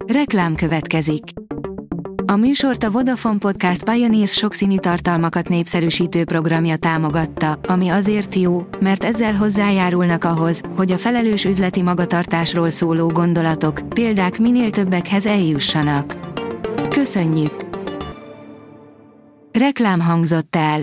Reklám következik. A műsort a Vodafone Podcast Pioneers sokszínű tartalmakat népszerűsítő programja támogatta, ami azért jó, mert ezzel hozzájárulnak ahhoz, hogy a felelős üzleti magatartásról szóló gondolatok, példák minél többekhez eljussanak. Köszönjük! Reklám hangzott el.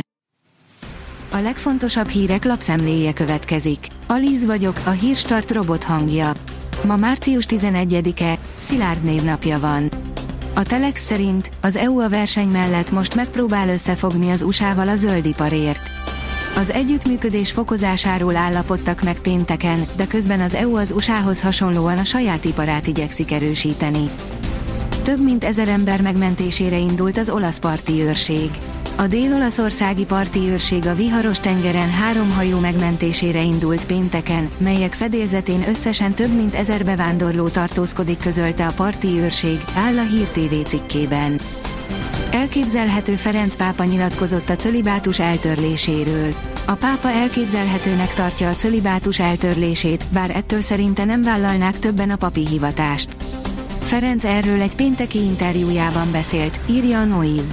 A legfontosabb hírek lapszemléje következik. Alíz vagyok, a Hírstart robot hangja. Ma március 11-e, Szilárd névnapja van. A Telex szerint az EU a verseny mellett most megpróbál összefogni az USA-val a zöldiparért. Az együttműködés fokozásáról állapodtak meg pénteken, de közben az EU az USA-hoz hasonlóan a saját iparát igyekszik erősíteni. Több mint 1000 ember megmentésére indult az olasz parti őrség. A dél-olaszországi parti őrség a viharos tengeren 3 hajó megmentésére indult pénteken, melyek fedélzetén összesen több mint 1000 bevándorló tartózkodik, közölte a parti őrség, áll a Hír TV cikkében. Elképzelhető, Ferenc pápa nyilatkozott a cölibátus eltörléséről. A pápa elképzelhetőnek tartja a cölibátus eltörlését, bár ettől szerinte nem vállalnák többen a papi hivatást. Ferenc erről egy pénteki interjújában beszélt, írja a Noise.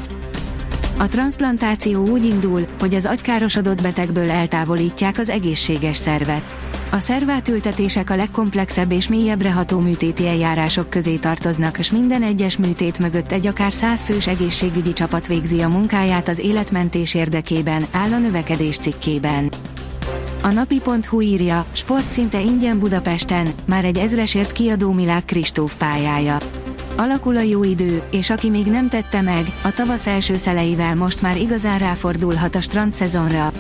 A transzplantáció úgy indul, hogy az agykárosodott betegből eltávolítják az egészséges szervet. A szervátültetések a legkomplexebb és mélyebbre ható műtéti eljárások közé tartoznak, és minden egyes műtét mögött egy akár 100 fős egészségügyi csapat végzi a munkáját az életmentés érdekében, áll a Növekedés cikkében. A napi.hu írja, sport szinte ingyen Budapesten, már egy 1000-esért kiadó Milák Kristóf pályája. Alakul a jó idő, és aki még nem tette meg, a tavasz első szeleivel most már igazán ráfordulhat a strandszezonra.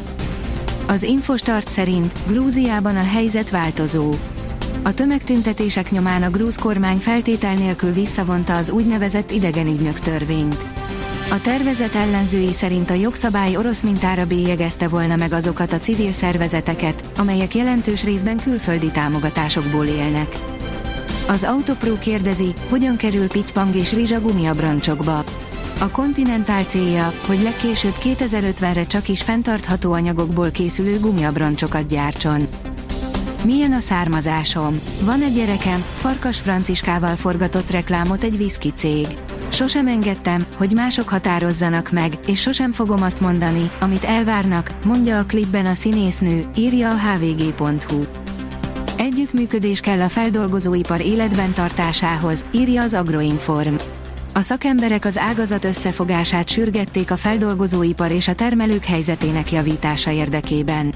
Az Infostart szerint Grúziában a helyzet változó. A tömegtüntetések nyomán a grúz kormány feltétel nélkül visszavonta az úgynevezett idegenügynök törvényt. A tervezet ellenzői szerint a jogszabály orosz mintára bélyegezte volna meg azokat a civil szervezeteket, amelyek jelentős részben külföldi támogatásokból élnek. Az Autopro kérdezi, hogyan kerül pittypang és rizs a gumiabroncsokba. A Continental célja, hogy legkésőbb 2050-re csak is fenntartható anyagokból készülő gumiabroncsokat gyártson. Milyen a származásom? Van egy gyerekem, Farkas Franciskával forgatott reklámot egy whisky cég. Sosem engedtem, hogy mások határozzanak meg, és sosem fogom azt mondani, amit elvárnak, mondja a klipben a színésznő, írja a hvg.hu. Együttműködés kell a feldolgozóipar életben tartásához, írja az Agroinform. A szakemberek az ágazat összefogását sürgették a feldolgozóipar és a termelők helyzetének javítása érdekében.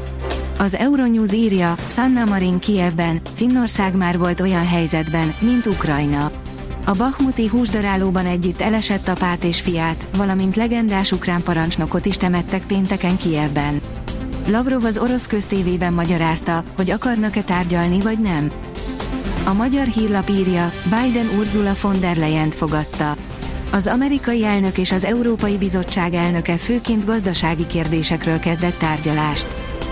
Az Euronews írja, Sanna Marin Kijevben, Finnország már volt olyan helyzetben, mint Ukrajna. A bahmuti húsdarálóban együtt elesett apát és fiát, valamint legendás ukrán parancsnokot is temettek pénteken Kijevben. Lavrov az orosz köztévében magyarázta, hogy akarnak-e tárgyalni vagy nem. A magyar hírlap írja, Biden Ursula von der Leyent fogadta. Az amerikai elnök és az Európai Bizottság elnöke főként gazdasági kérdésekről kezdett tárgyalást.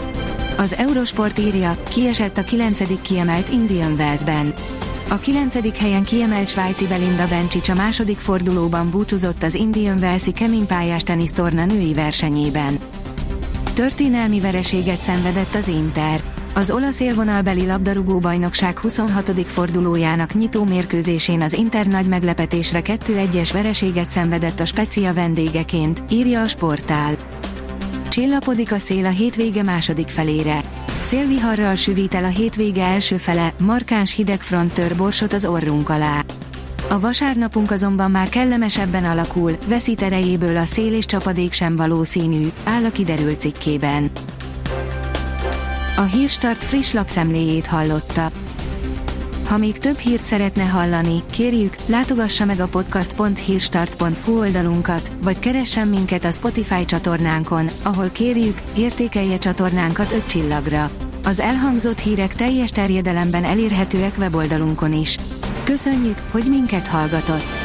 Az Eurosport írja, kiesett a 9. kiemelt Indian Wells-ben. A 9. helyen kiemelt svájci Belinda Bencic a második fordulóban búcsúzott az Indian Wells-i keménypályás tenisztorna női versenyében. Történelmi vereséget szenvedett az Inter. Az olasz élvonalbeli labdarúgó-bajnokság 26. fordulójának nyitó mérkőzésén az Inter nagy meglepetésre 2-1-es vereséget szenvedett a Spezia vendégeként, írja a Sportál. Csillapodik a szél a hétvége második felére. Szélviharral süvít el a hétvége első fele, markáns hidegfront tör borsot az orrunk alá. A vasárnapunk azonban már kellemesebben alakul, veszít erejéből a szél és csapadék sem valószínű, áll a Kiderült cikkében. A Hírstart friss lapszemléjét hallotta. Ha még több hírt szeretne hallani, kérjük, látogassa meg a podcast.hírstart.hu oldalunkat, vagy keressen minket a Spotify csatornánkon, ahol kérjük, értékelje csatornánkat 5 csillagra. Az elhangzott hírek teljes terjedelemben elérhetőek weboldalunkon is. Köszönjük, hogy minket hallgatott!